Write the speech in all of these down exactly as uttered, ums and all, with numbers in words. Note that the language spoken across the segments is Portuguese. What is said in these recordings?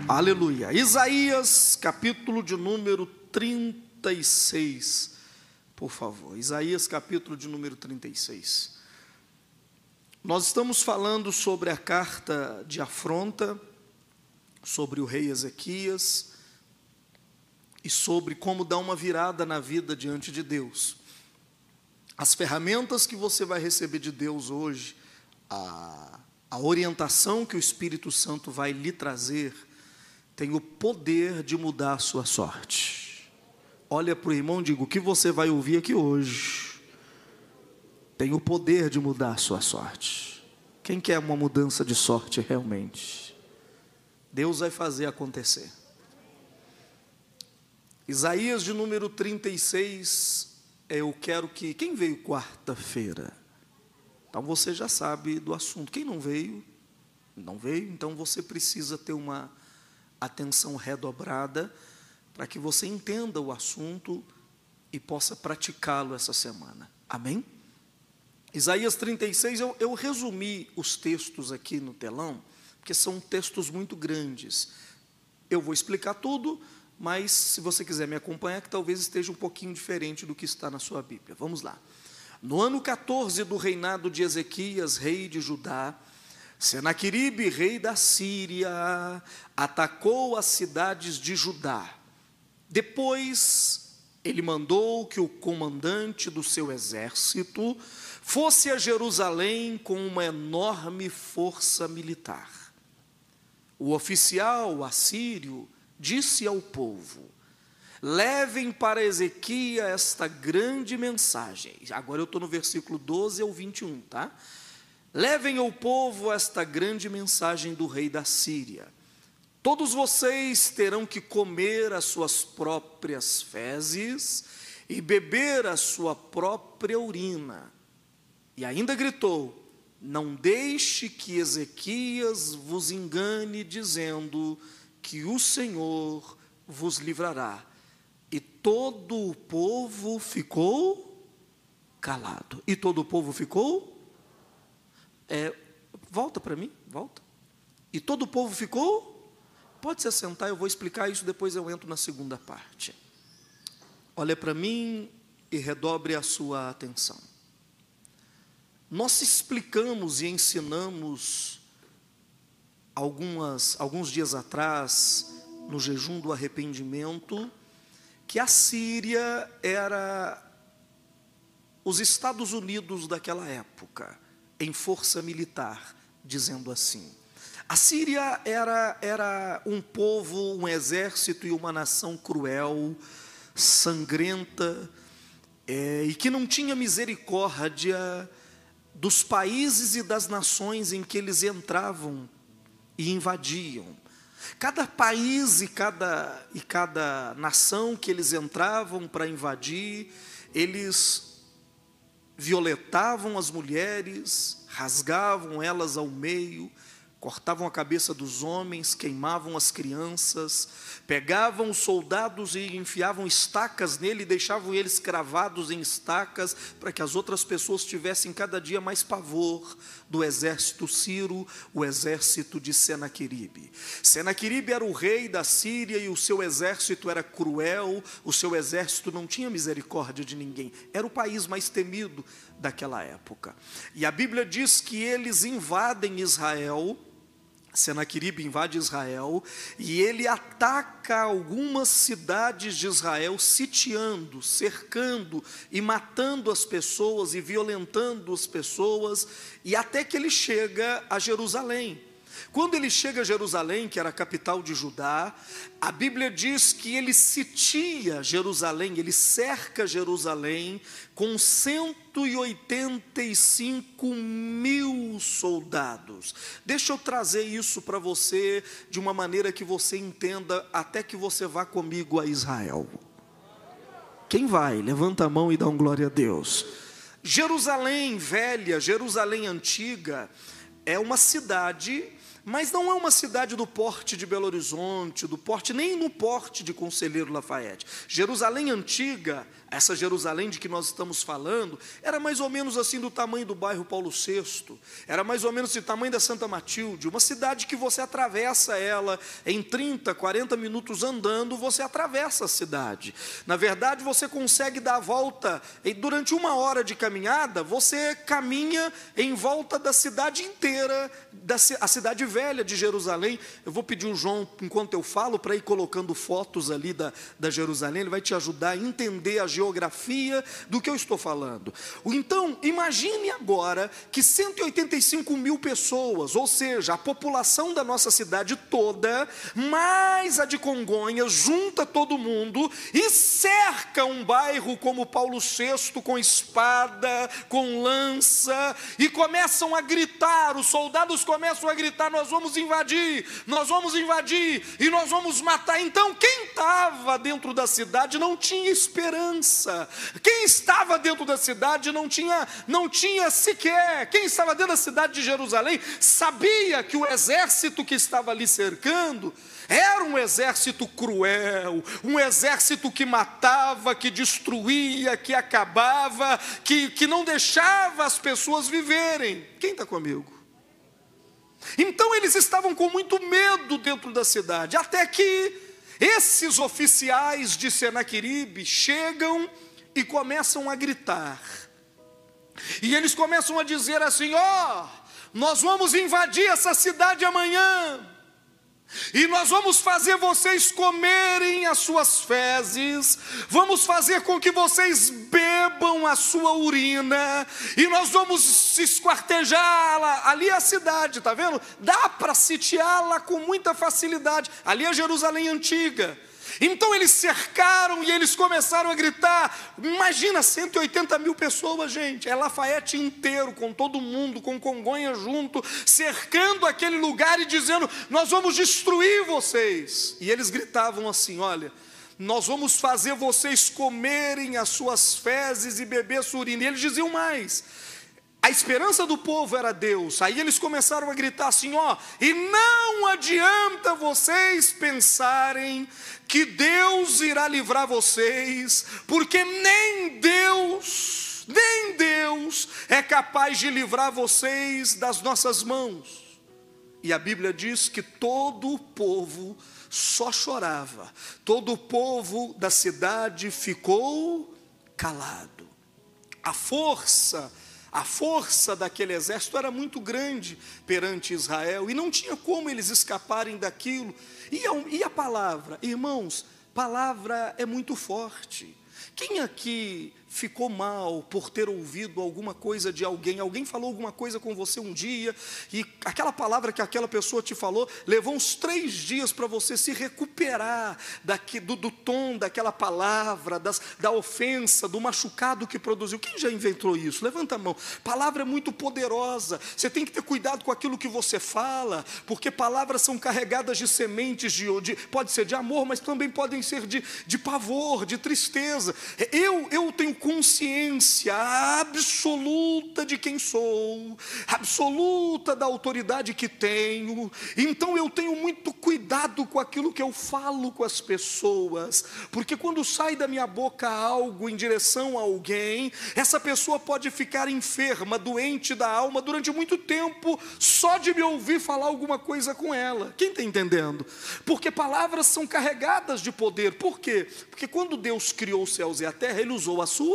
Aleluia. Isaías, capítulo de número trinta e seis, por favor. Isaías, capítulo de número trinta e seis. Nós estamos falando sobre a carta de afronta, sobre o rei Ezequias e sobre como dar uma virada na vida diante de Deus. As ferramentas que você vai receber de Deus hoje, a, a orientação que o Espírito Santo vai lhe trazer, tem o poder de mudar a sua sorte. Olha para o irmão e diga: o que você vai ouvir aqui hoje tem o poder de mudar a sua sorte. Quem quer uma mudança de sorte realmente? Deus vai fazer acontecer. Isaías de número trinta e seis, eu quero que... Quem veio quarta-feira? Então você já sabe do assunto. Quem não veio, não veio, então você precisa ter uma atenção redobrada para que você entenda o assunto e possa praticá-lo essa semana. Amém? Isaías trinta e seis, eu, eu resumi os textos aqui no telão, porque são textos muito grandes. Eu vou explicar tudo, mas se você quiser me acompanhar, que talvez esteja um pouquinho diferente do que está na sua Bíblia. Vamos lá. No ano quatorze do reinado de Ezequias, rei de Judá, Senaqueribe, rei da Síria, atacou as cidades de Judá. Depois, ele mandou que o comandante do seu exército fosse a Jerusalém com uma enorme força militar. O oficial assírio disse ao povo: levem para Ezequias esta grande mensagem. Agora eu estou no versículo doze ao vinte e um, tá? Levem ao povo esta grande mensagem do rei da Síria: todos vocês terão que comer as suas próprias fezes e beber a sua própria urina. E ainda gritou: não deixe que Ezequias vos engane, dizendo que o Senhor vos livrará. E todo o povo ficou calado. E todo o povo ficou... É, volta para mim, volta. E todo o povo ficou... Pode se assentar, eu vou explicar isso, depois eu entro na segunda parte. Olha para mim e redobre a sua atenção. Nós explicamos e ensinamos algumas, alguns dias atrás, no jejum do arrependimento, que a Síria era os Estados Unidos daquela época, em força militar, dizendo assim. A Síria era, era um povo, um exército e uma nação cruel, sangrenta, é, e que não tinha misericórdia dos países e das nações em que eles entravam e invadiam. Cada país e cada, e cada nação que eles entravam para invadir, eles violentavam as mulheres, rasgavam elas ao meio, cortavam a cabeça dos homens, queimavam as crianças, pegavam os soldados e enfiavam estacas nele e deixavam eles cravados em estacas para que as outras pessoas tivessem cada dia mais pavor do exército sírio, o exército de Senaqueribe. Senaqueribe era o rei da Síria e o seu exército era cruel, o seu exército não tinha misericórdia de ninguém, era o país mais temido daquela época. E a Bíblia diz que eles invadem Israel. Senaqueribe invade Israel e ele ataca algumas cidades de Israel, sitiando, cercando e matando as pessoas e violentando as pessoas, e até que ele chega a Jerusalém. Quando ele chega a Jerusalém, que era a capital de Judá, a Bíblia diz que ele sitia Jerusalém, ele cerca Jerusalém com cento e oitenta e cinco mil soldados. Deixa eu trazer isso para você de uma maneira que você entenda, até que você vá comigo a Israel. Quem vai? Levanta a mão e dá um glória a Deus. Jerusalém velha, Jerusalém antiga, é uma cidade mas não é uma cidade do porte de Belo Horizonte, do porte, nem no porte de Conselheiro Lafayette. Jerusalém antiga, essa Jerusalém de que nós estamos falando, era mais ou menos assim do tamanho do bairro Paulo sexto, era mais ou menos do tamanho da Santa Matilde, uma cidade que você atravessa ela em trinta, quarenta minutos andando, você atravessa a cidade. Na verdade, você consegue dar a volta, e durante uma hora de caminhada, você caminha em volta da cidade inteira, da, a cidade velha de Jerusalém. Eu vou pedir o João, enquanto eu falo, para ir colocando fotos ali da, da Jerusalém, ele vai te ajudar a entender a geografia do que eu estou falando. Então, imagine agora que cento e oitenta e cinco mil pessoas, ou seja, a população da nossa cidade toda, mais a de Congonhas, junta todo mundo e cerca um bairro como Paulo sexto com espada, com lança, e começam a gritar, os soldados começam a gritar: nós vamos invadir, nós vamos invadir e nós vamos matar. Então, quem estava dentro da cidade não tinha esperança. Quem estava dentro da cidade não tinha, não tinha sequer, quem estava dentro da cidade de Jerusalém sabia que o exército que estava ali cercando era um exército cruel, um exército que matava, que destruía, que acabava, que, que não deixava as pessoas viverem. Quem está comigo? Então eles estavam com muito medo dentro da cidade, até que esses oficiais de Senaqueribe chegam e começam a gritar. E eles começam a dizer assim: ó, oh, nós vamos invadir essa cidade amanhã, e nós vamos fazer vocês comerem as suas fezes, vamos fazer com que vocês bebam a sua urina, e nós vamos esquartejá-la. Ali é a cidade, está vendo? Dá para sitiá-la com muita facilidade. Ali é a Jerusalém antiga. Então eles cercaram e eles começaram a gritar. Imagina, cento e oitenta mil pessoas, gente. É Lafayette inteiro, com todo mundo, com Congonha junto, cercando aquele lugar e dizendo: nós vamos destruir vocês. E eles gritavam assim: olha, nós vamos fazer vocês comerem as suas fezes e beber a sua urina. E eles diziam mais: a esperança do povo era Deus. Aí eles começaram a gritar assim: ó, e não adianta vocês pensarem que Deus irá livrar vocês, porque nem Deus, nem Deus é capaz de livrar vocês das nossas mãos. E a Bíblia diz que todo o povo só chorava, todo o povo da cidade ficou calado. A força A força daquele exército era muito grande perante Israel, e não tinha como eles escaparem daquilo. E a, e a palavra, irmãos, palavra é muito forte. Quem aqui ficou mal por ter ouvido alguma coisa de alguém? Alguém falou alguma coisa com você um dia, e aquela palavra que aquela pessoa te falou, levou uns três dias para você se recuperar daqui, do, do tom daquela palavra, das, da ofensa, do machucado que produziu. Quem já inventou isso? Levanta a mão. Palavra é muito poderosa. Você tem que ter cuidado com aquilo que você fala, porque palavras são carregadas de sementes, de, de, pode ser de amor, mas também podem ser de, de pavor, de tristeza. Eu, eu tenho consciência absoluta de quem sou, absoluta da autoridade que tenho. Então eu tenho muito cuidado com aquilo que eu falo com as pessoas, porque quando sai da minha boca algo em direção a alguém, essa pessoa pode ficar enferma, doente da alma durante muito tempo, só de me ouvir falar alguma coisa com ela. Quem está entendendo? Porque palavras são carregadas de poder. Por quê? Porque quando Deus criou os céus e a terra, Ele usou a sua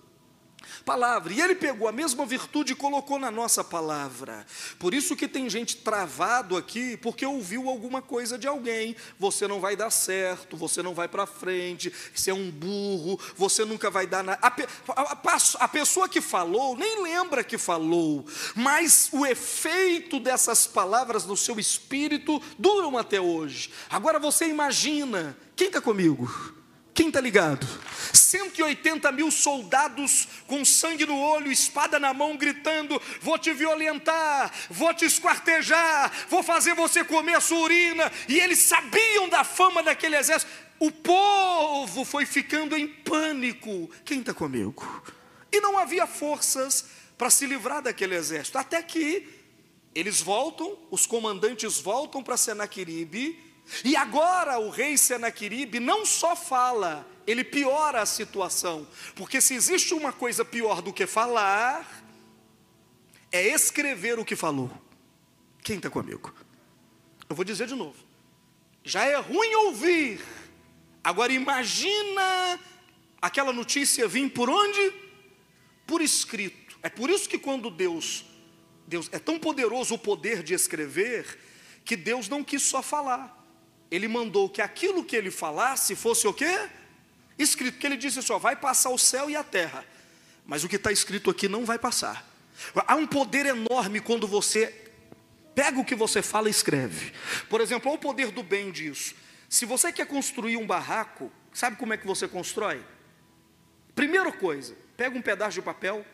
palavra, e Ele pegou a mesma virtude e colocou na nossa palavra. Por isso que tem gente travado aqui, porque ouviu alguma coisa de alguém: você não vai dar certo, você não vai para frente, você é um burro, você nunca vai dar nada. A, a, a pessoa que falou, nem lembra que falou, mas o efeito dessas palavras no seu espírito duram até hoje. Agora você imagina, quem está comigo? Quem está ligado? cento e oitenta mil soldados com sangue no olho, espada na mão, gritando: vou te violentar, vou te esquartejar, vou fazer você comer a sua urina. E eles sabiam da fama daquele exército. O povo foi ficando em pânico. Quem está comigo? E não havia forças para se livrar daquele exército, até que Eles voltam, os comandantes voltam para Senaqueribe, e agora o rei Senaqueribe não só fala, ele piora a situação, porque se existe uma coisa pior do que falar, é escrever o que falou. Quem está comigo? Eu vou dizer de novo, já é ruim ouvir, agora imagina aquela notícia vir por onde? Por escrito. É por isso que quando Deus, Deus é tão poderoso o poder de escrever, que Deus não quis só falar, Ele mandou que aquilo que Ele falasse fosse o quê? Escrito, porque Ele disse só, vai passar o céu e a terra, mas o que está escrito aqui não vai passar. Há um poder enorme quando você pega o que você fala e escreve. Por exemplo, olha o poder do bem disso. Se você quer construir um barraco, sabe como é que você constrói? Primeira coisa, pega um pedaço de papel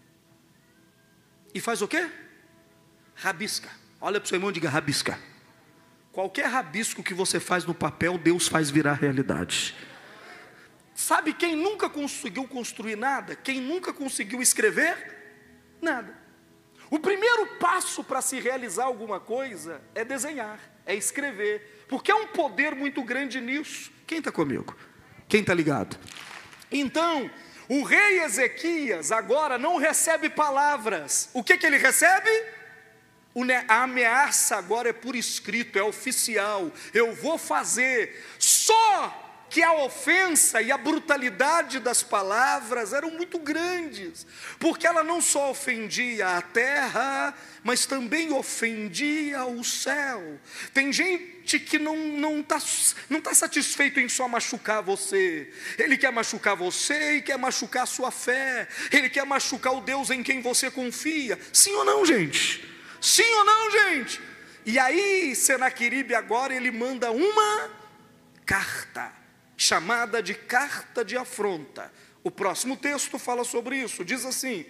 e faz o quê? Rabisca. Olha para o seu irmão e diga, rabisca. Qualquer rabisco que você faz no papel, Deus faz virar realidade. Sabe quem nunca conseguiu construir nada? Quem nunca conseguiu escrever? Nada. O primeiro passo para se realizar alguma coisa é desenhar, é escrever, porque há um poder muito grande nisso. Quem está comigo? Quem está ligado? Então, o rei Ezequias agora não recebe palavras. O que que ele recebe? A ameaça agora é por escrito, é oficial. Eu vou fazer. Só que a ofensa e a brutalidade das palavras eram muito grandes, porque ela não só ofendia a terra, mas também ofendia o céu. Tem gente que não não está não tá satisfeito em só machucar você, ele quer machucar você e quer machucar a sua fé, ele quer machucar o Deus em quem você confia. Sim ou não, gente? Sim ou não, gente? E aí Senaqueribe agora ele manda uma carta, chamada de carta de afronta. O próximo texto fala sobre isso, diz assim: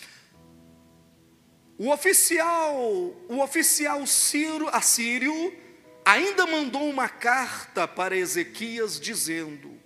o oficial, o oficial Ciro, assírio ainda mandou uma carta para Ezequias dizendo: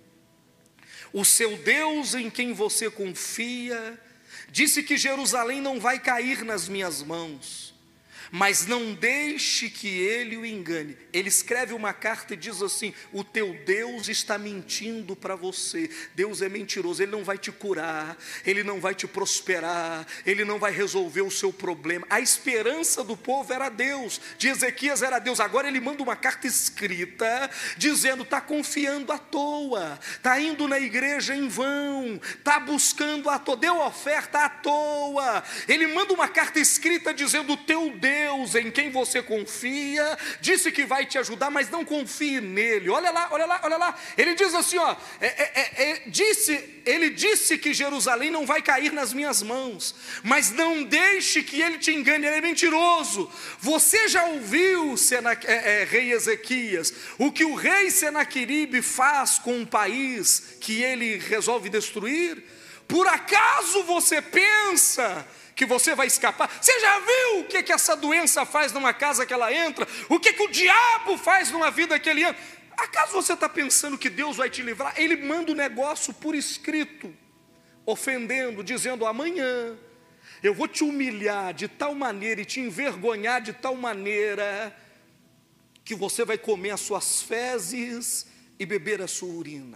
o seu Deus em quem você confia disse que Jerusalém não vai cair nas minhas mãos, mas não deixe que ele o engane. Ele escreve uma carta e diz assim: o teu Deus está mentindo para você. Deus é mentiroso, Ele não vai te curar, Ele não vai te prosperar, Ele não vai resolver o seu problema. A esperança do povo era Deus, de Ezequias era Deus. Agora ele manda uma carta escrita, dizendo: está confiando à toa, está indo na igreja em vão, está buscando à toa, deu oferta à toa. Ele manda uma carta escrita dizendo: o teu Deus Deus em quem você confia disse que vai te ajudar, mas não confie nele. Olha lá, olha lá, olha lá. Ele diz assim, ó, é, é, é, disse, ele disse que Jerusalém não vai cair nas minhas mãos, mas não deixe que ele te engane, ele é mentiroso. Você já ouviu, Sena, é, é, rei Ezequias, o que o rei Senaqueribe faz com um país que ele resolve destruir? Por acaso você pensa que você vai escapar? Você já viu o que, que essa doença faz numa casa que ela entra? O que, que o diabo faz numa vida que ele entra? Acaso você está pensando que Deus vai te livrar? Ele manda o negócio por escrito, ofendendo, dizendo: amanhã eu vou te humilhar de tal maneira e te envergonhar de tal maneira que você vai comer as suas fezes e beber a sua urina.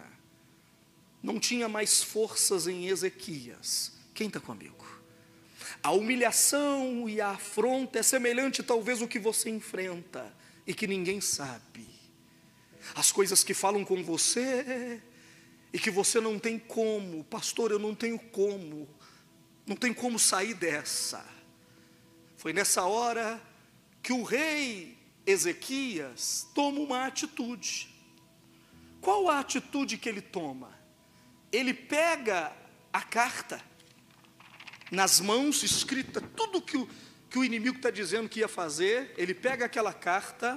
Não tinha mais forças em Ezequias. Quem está comigo? A humilhação e a afronta é semelhante talvez ao que você enfrenta e que ninguém sabe. As coisas que falam com você e que você não tem como. Pastor, eu não tenho como, não tem como sair dessa. Foi nessa hora que o rei Ezequias toma uma atitude. Qual a atitude que ele toma? Ele pega a carta nas mãos, escrita, tudo que o, que o inimigo está dizendo que ia fazer. Ele pega aquela carta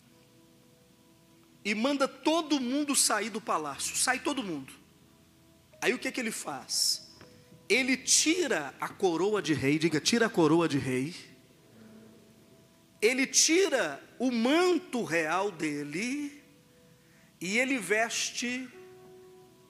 e manda todo mundo sair do palácio. Sai todo mundo. Aí o que, que ele faz? Ele tira a coroa de rei, diga, tira a coroa de rei. Ele tira o manto real dele e ele veste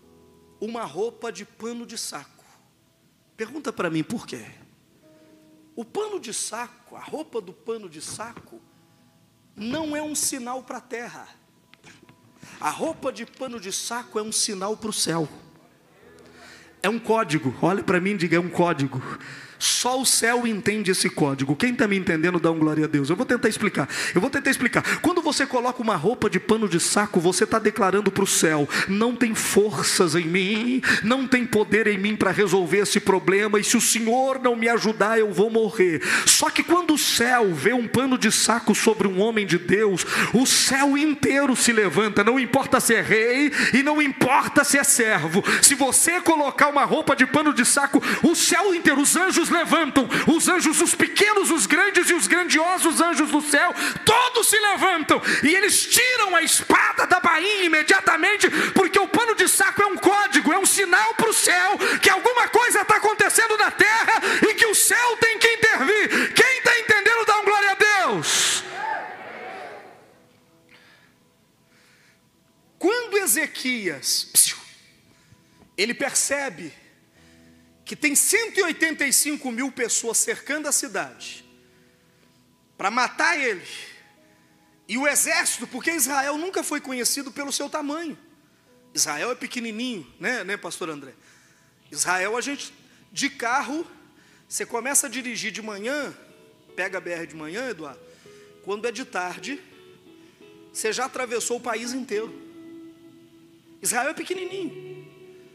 uma roupa de pano de saco. Pergunta para mim por quê? O pano de saco, a roupa do pano de saco, não é um sinal para a terra. A roupa de pano de saco é um sinal para o céu. É um código. Olha para mim e diga, é um código. Só o céu entende esse código. Quem está me entendendo, dá um glória a Deus. Eu vou tentar explicar. Eu vou tentar explicar. Quando você coloca uma roupa de pano de saco, você está declarando para o céu: não tem forças em mim, não tem poder em mim para resolver esse problema, e se o Senhor não me ajudar, eu vou morrer. Só que quando o céu vê um pano de saco sobre um homem de Deus, o céu inteiro se levanta. Não importa se é rei e não importa se é servo. Se você colocar uma roupa de pano de saco, o céu inteiro, os anjos levantam, os anjos, os pequenos, os grandes e os grandiosos anjos do céu, todos se levantam e eles tiram a espada da bainha imediatamente, porque o pano de saco é um código, é um sinal para o céu que alguma coisa está acontecendo na terra e que o céu tem que intervir. Quem está entendendo, dá um glória a Deus. Quando Ezequias ele percebe que tem cento e oitenta e cinco mil pessoas cercando a cidade para matar ele, e o exército, porque Israel nunca foi conhecido pelo seu tamanho. Israel é pequenininho, né, né, pastor André? Israel, a gente, de carro, você começa a dirigir de manhã, pega a B R de manhã, Eduardo, quando é de tarde, você já atravessou o país inteiro. Israel é pequenininho.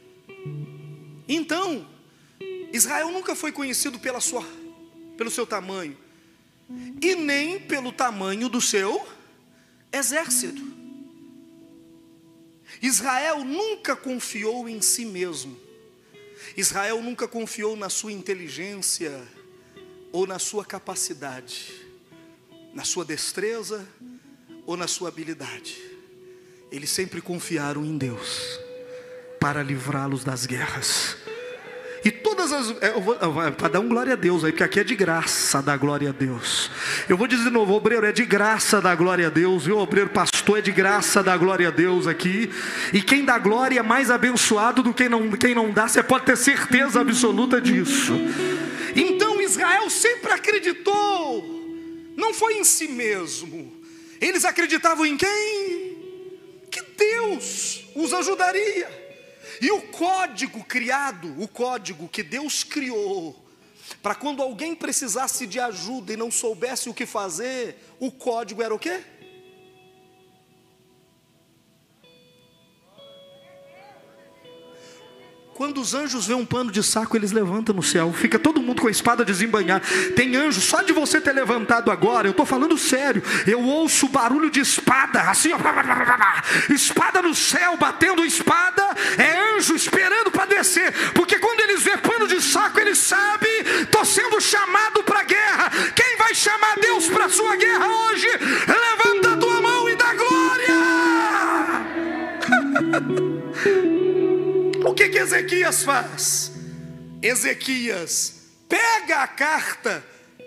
Então, Israel nunca foi conhecido pela sua, pelo seu tamanho, e nem pelo tamanho do seu exército. Israel nunca confiou em si mesmo. Israel nunca confiou na sua inteligência ou na sua capacidade, na sua destreza ou na sua habilidade. Eles sempre confiaram em Deus para livrá-los das guerras. E todas as... para dar um glória a Deus aí, porque aqui é de graça dar glória a Deus. Eu vou dizer de novo, obreiro, é de graça dar glória a Deus, viu? Obreiro, pastor, é de graça dar glória a Deus aqui. E quem dá glória é mais abençoado do que quem não, quem não dá, você pode ter certeza absoluta disso. Então Israel sempre acreditou, não foi em si mesmo. Eles acreditavam em quem? Que Deus os ajudaria. E o código criado, o código que Deus criou, para quando alguém precisasse de ajuda e não soubesse o que fazer, o código era o quê? Quando os anjos veem um pano de saco, eles levantam no céu. Fica todo mundo com a espada desembainhada. Tem anjo, só de você ter levantado agora, eu estou falando sério, eu ouço barulho de espada, assim, ó, espada no céu, batendo espada, é anjo esperando para descer. Porque quando eles veem pano de saco, eles sabem, estou sendo chamado para a guerra. Quem vai chamar Deus para a sua guerra hoje? Levanta a tua mão e dá glória. O que que Ezequias faz? Ezequias pega a carta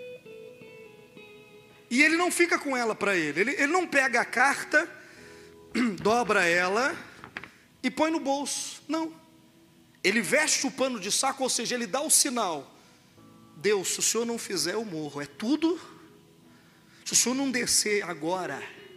e ele não fica com ela para ele. ele. Ele não pega a carta, dobra ela e põe no bolso. Não. Ele veste o pano de saco, ou seja, ele dá o sinal. Deus, se o Senhor não fizer, eu morro. É tudo. Se o Senhor não descer agora,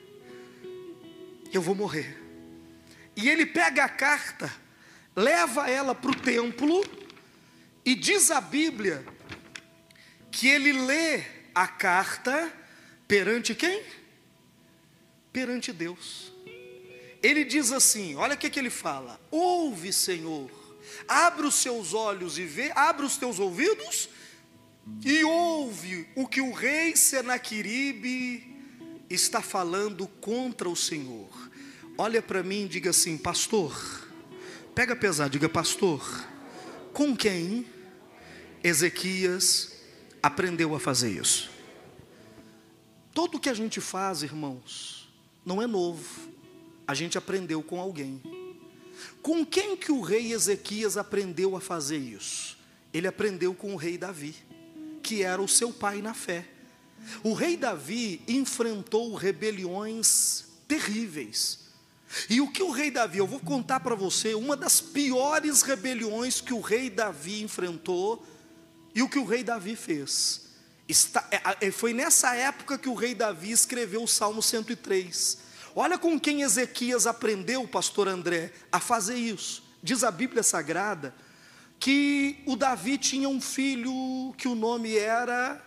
eu vou morrer. E ele pega a carta, leva ela para o templo, e diz a Bíblia que ele lê a carta perante quem? Perante Deus. Ele diz assim, olha o que, que ele fala: ouve, Senhor, abre os seus olhos e vê, abre os teus ouvidos e ouve o que o rei Senaqueribe está falando contra o Senhor. Olha para mim e diga assim: pastor, pega pesado, diga: pastor, com quem Ezequias aprendeu a fazer isso? Tudo que a gente faz, irmãos, não é novo. A gente aprendeu com alguém. Com quem que o rei Ezequias aprendeu a fazer isso? Ele aprendeu com o rei Davi, que era o seu pai na fé. O rei Davi enfrentou rebeliões terríveis. E o que o rei Davi, eu vou contar para você uma das piores rebeliões que o rei Davi enfrentou, e o que o rei Davi fez. Está, foi nessa época que o rei Davi escreveu o Salmo cento e três. Olha com quem Ezequias aprendeu, pastor André, a fazer isso. Diz a Bíblia Sagrada que o Davi tinha um filho que o nome era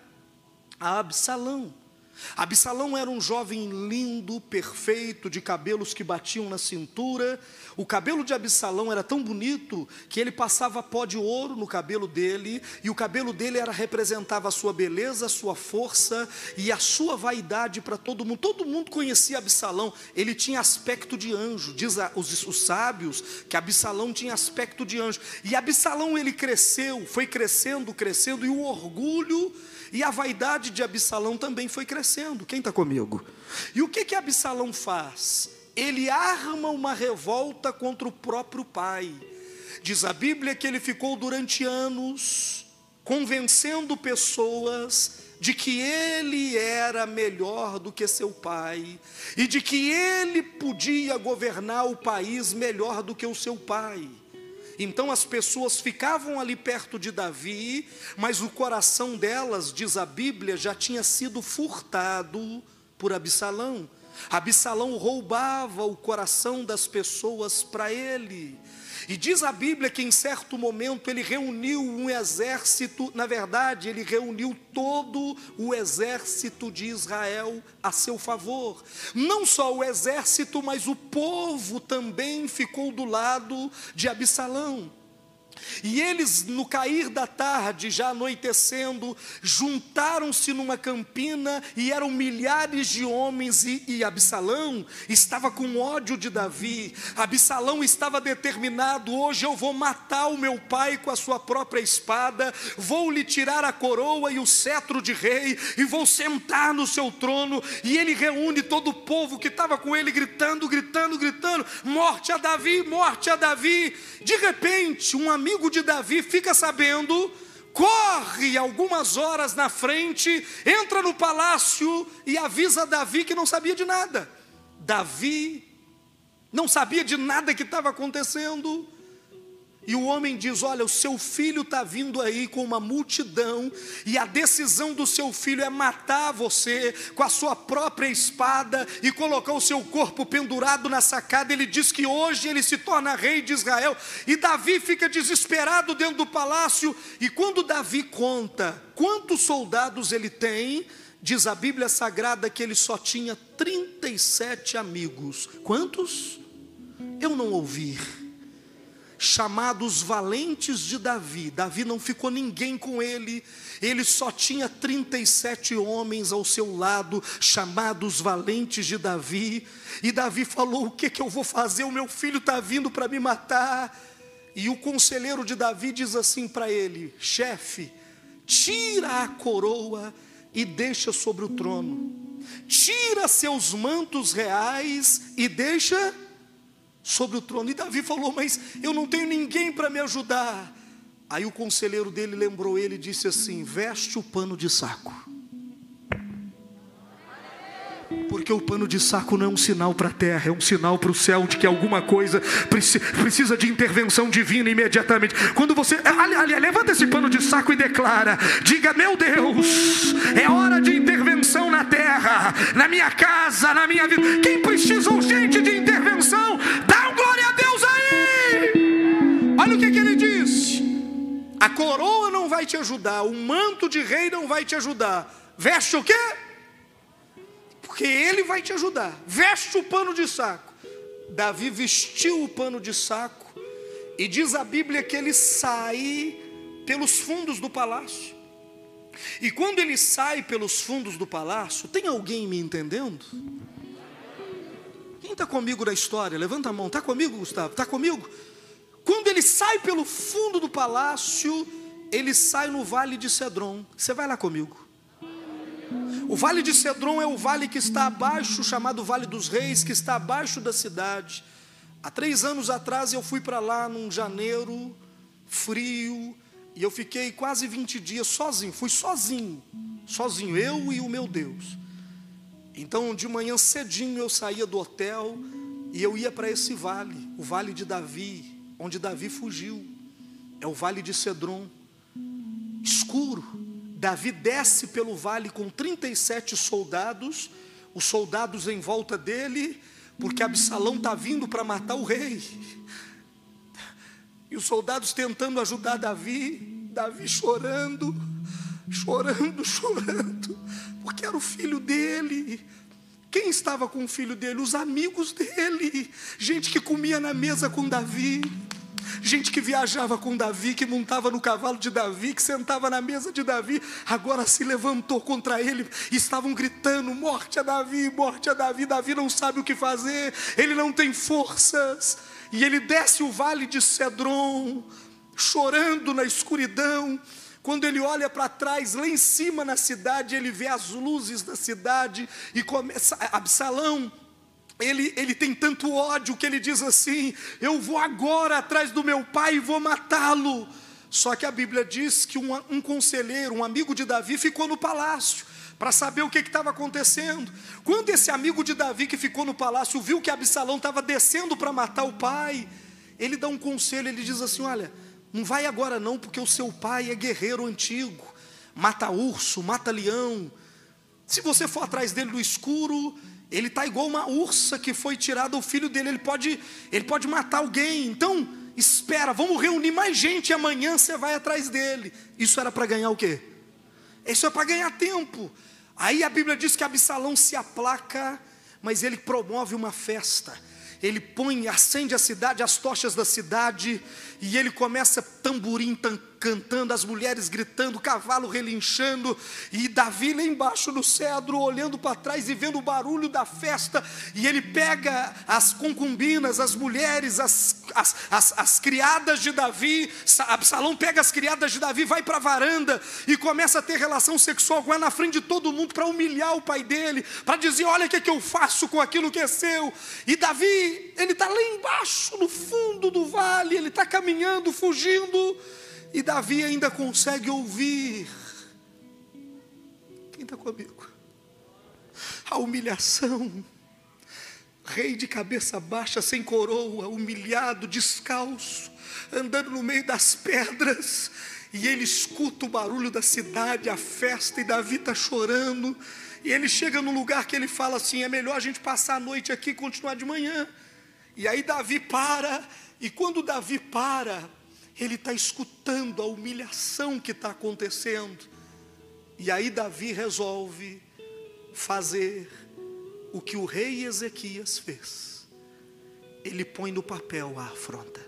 Absalão. Absalão era um jovem lindo, perfeito, de cabelos que batiam na cintura. O cabelo de Absalão era tão bonito que ele passava pó de ouro no cabelo dele, e o cabelo dele era, representava a sua beleza, a sua força e a sua vaidade para todo mundo. Todo mundo conhecia Absalão, ele tinha aspecto de anjo. Diz a, os, os sábios que Absalão tinha aspecto de anjo. E Absalão, ele cresceu, foi crescendo, crescendo, e o orgulho e a vaidade de Absalão também foi crescendo. Quem está comigo? E o que que Absalão faz? Ele arma uma revolta contra o próprio pai. Diz a Bíblia que ele ficou durante anos convencendo pessoas de que ele era melhor do que seu pai, e de que ele podia governar o país melhor do que o seu pai. Então as pessoas ficavam ali perto de Davi, mas o coração delas, diz a Bíblia, já tinha sido furtado por Absalão. Absalão roubava o coração das pessoas para ele. E diz a Bíblia que em certo momento ele reuniu um exército, na verdade ele reuniu todo o exército de Israel a seu favor. Não só o exército, mas o povo também ficou do lado de Absalão. E eles, no cair da tarde, já anoitecendo, juntaram-se numa campina, e eram milhares de homens, e, e Absalão estava com ódio de Davi. Absalão estava determinado: hoje eu vou matar o meu pai com a sua própria espada, vou lhe tirar a coroa e o cetro de rei, e vou sentar no seu trono. E ele reúne todo o povo que estava com ele, gritando, gritando, gritando: morte a Davi, morte a Davi. De repente, um amigo de Davi fica sabendo, corre algumas horas na frente, entra no palácio e avisa Davi que não sabia de nada. Davi não sabia de nada que estava acontecendo. E o homem diz: olha, o seu filho está vindo aí com uma multidão, e a decisão do seu filho é matar você com a sua própria espada e colocar o seu corpo pendurado na sacada. Ele diz que hoje ele se torna rei de Israel. E Davi fica desesperado dentro do palácio. E quando Davi conta quantos soldados ele tem, diz a Bíblia Sagrada que ele só tinha trinta e sete amigos. Quantos? Eu não ouvi. Chamados valentes de Davi. Davi não ficou ninguém com ele, ele só tinha trinta e sete homens ao seu lado, chamados valentes de Davi. E Davi falou: o que que eu vou fazer? O meu filho está vindo para me matar. E o conselheiro de Davi diz assim para ele: chefe, tira a coroa e deixa sobre o trono, tira seus mantos reais e deixa sobre o trono. E Davi falou: mas eu não tenho ninguém para me ajudar. Aí o conselheiro dele lembrou ele e disse assim: veste o pano de saco. Porque o pano de saco não é um sinal para a terra, é um sinal para o céu de que alguma coisa precisa de intervenção divina imediatamente. Quando você, aliás, levanta esse pano de saco e declara, diga: meu Deus, é hora de intervenção na terra, na minha casa, na minha vida. Quem precisa urgente de intervenção, dá um glória a Deus aí. Olha o que, que ele diz: a coroa não vai te ajudar, o manto de rei não vai te ajudar. Veste o quê? Porque ele vai te ajudar. Veste o pano de saco. Davi vestiu o pano de saco, e diz a Bíblia que ele sai pelos fundos do palácio. E quando ele sai pelos fundos do palácio, tem alguém me entendendo? Quem está comigo na história? Levanta a mão. Está comigo, Gustavo? Está comigo? Quando ele sai pelo fundo do palácio, ele sai no Vale de Cedron. Você vai lá comigo. O Vale de Cedron é o vale que está abaixo, chamado Vale dos Reis, que está abaixo da cidade. Há três anos atrás eu fui para lá num janeiro frio, e eu fiquei quase vinte dias sozinho, fui sozinho, sozinho, eu e o meu Deus. Então de manhã cedinho eu saía do hotel e eu ia para esse vale, o Vale de Davi, onde Davi fugiu. É o Vale de Cedron, escuro, Davi desce pelo vale com trinta e sete soldados, os soldados em volta dele, porque Absalão está vindo para matar o rei. E os soldados tentando ajudar Davi, Davi chorando, chorando, chorando, porque era o filho dele. Quem estava com o filho dele? Os amigos dele, gente que comia na mesa com Davi, gente que viajava com Davi, que montava no cavalo de Davi, que sentava na mesa de Davi, agora se levantou contra ele, e estavam gritando: morte a Davi, morte a Davi. Davi não sabe o que fazer, ele não tem forças, e ele desce o vale de Cedron, chorando na escuridão. Quando ele olha para trás, lá em cima na cidade, ele vê as luzes da cidade, e começa, Absalão, Ele, ele tem tanto ódio que ele diz assim: eu vou agora atrás do meu pai e vou matá-lo. Só que a Bíblia diz que um, um conselheiro, um amigo de Davi, ficou no palácio para saber o que estava acontecendo. Quando esse amigo de Davi que ficou no palácio viu que Absalão estava descendo para matar o pai, ele dá um conselho, ele diz assim: olha, não vai agora não, porque o seu pai é guerreiro antigo, mata urso, mata leão. Se você for atrás dele no escuro, ele está igual uma ursa que foi tirado o filho dele, ele pode, ele pode matar alguém. Então, espera, vamos reunir mais gente e amanhã você vai atrás dele. Isso era para ganhar o quê? Isso é para ganhar tempo. Aí a Bíblia diz que Absalão se aplaca, mas ele promove uma festa. Ele põe, acende a cidade, as tochas da cidade, e ele começa tamborim cantando, as mulheres gritando, o cavalo relinchando, e Davi lá embaixo no cedro, olhando para trás e vendo o barulho da festa, e ele pega as concubinas, as mulheres, as, as, as, as criadas de Davi. Absalão pega as criadas de Davi, vai para a varanda, e começa a ter relação sexual com ela na frente de todo mundo, para humilhar o pai dele, para dizer: olha o que, é que eu faço com aquilo que é seu. E Davi, ele está lá embaixo, no fundo do vale, ele está caminhando, fugindo, e Davi ainda consegue ouvir. Quem está comigo? A humilhação. Rei de cabeça baixa, sem coroa, humilhado, descalço, andando no meio das pedras, e ele escuta o barulho da cidade, a festa, e Davi está chorando. E ele chega num lugar que ele fala assim: é melhor a gente passar a noite aqui e continuar de manhã. E aí Davi para, e quando Davi para, ele está escutando a humilhação que está acontecendo. E aí Davi resolve fazer o que o rei Ezequias fez. Ele põe no papel a afronta.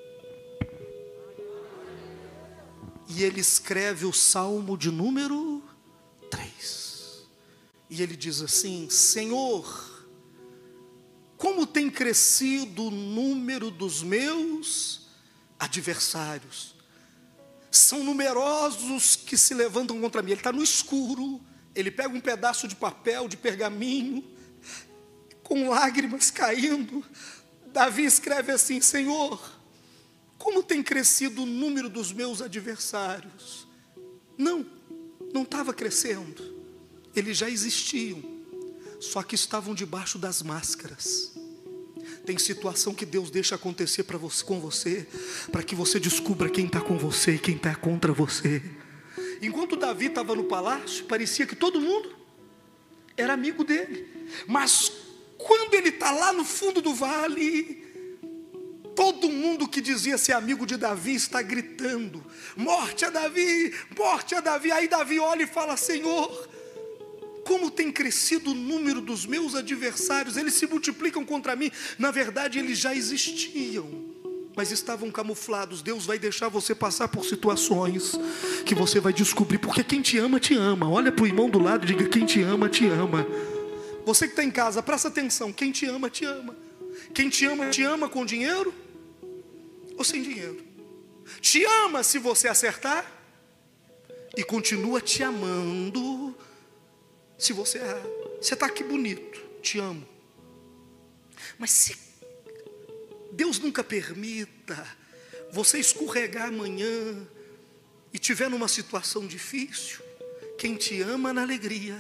E ele escreve o Salmo de número três. E ele diz assim: Senhor, como tem crescido o número dos meus adversários. São numerosos que se levantam contra mim. Ele está no escuro, ele pega um pedaço de papel, de pergaminho, com lágrimas caindo. Davi escreve assim: Senhor, como tem crescido o número dos meus adversários. Não, não estava crescendo. Eles já existiam, só que estavam debaixo das máscaras. Tem situação que Deus deixa acontecer para você, com você, para que você descubra quem está com você e quem está contra você. Enquanto Davi estava no palácio, parecia que todo mundo era amigo dele. Mas quando ele está lá no fundo do vale, todo mundo que dizia ser amigo de Davi está gritando: morte a Davi, morte a Davi. Aí Davi olha e fala: Senhor, como tem crescido o número dos meus adversários, eles se multiplicam contra mim. Na verdade eles já existiam, mas estavam camuflados. Deus vai deixar você passar por situações que você vai descobrir, porque quem te ama, te ama. Olha para o irmão do lado e diga: quem te ama, te ama. Você que está em casa, presta atenção: quem te ama, te ama. Quem te ama, te ama com dinheiro ou sem dinheiro. Te ama se você acertar, e continua te amando se você errar. Você está aqui bonito, te amo. Mas se Deus nunca permita você escorregar amanhã e tiver numa situação difícil, quem te ama na alegria,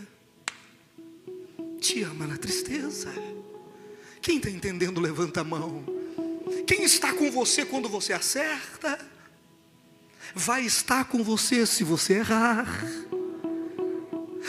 te ama na tristeza. Quem está entendendo, levanta a mão. Quem está com você quando você acerta, vai estar com você se você errar.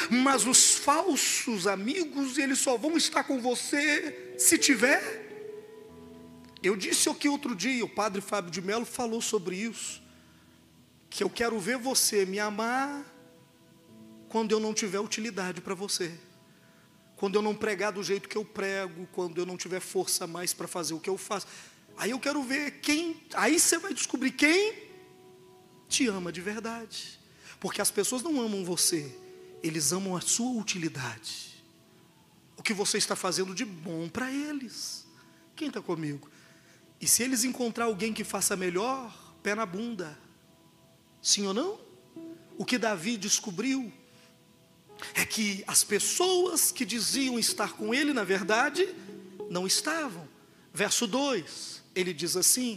Mas os falsos amigos, eles só vão estar com você se tiver. Eu disse aqui outro dia, o padre Fábio de Mello falou sobre isso, que eu quero ver você me amar quando eu não tiver utilidade para você, quando eu não pregar do jeito que eu prego, quando eu não tiver força mais para fazer o que eu faço. Aí eu quero ver quem, aí você vai descobrir quem te ama de verdade. Porque as pessoas não amam você, eles amam a sua utilidade, o que você está fazendo de bom para eles. Quem está comigo? E se eles encontrar alguém que faça melhor, pé na bunda. Sim ou não? O que Davi descobriu é que as pessoas que diziam estar com ele, na verdade, não estavam. Verso dois, ele diz assim: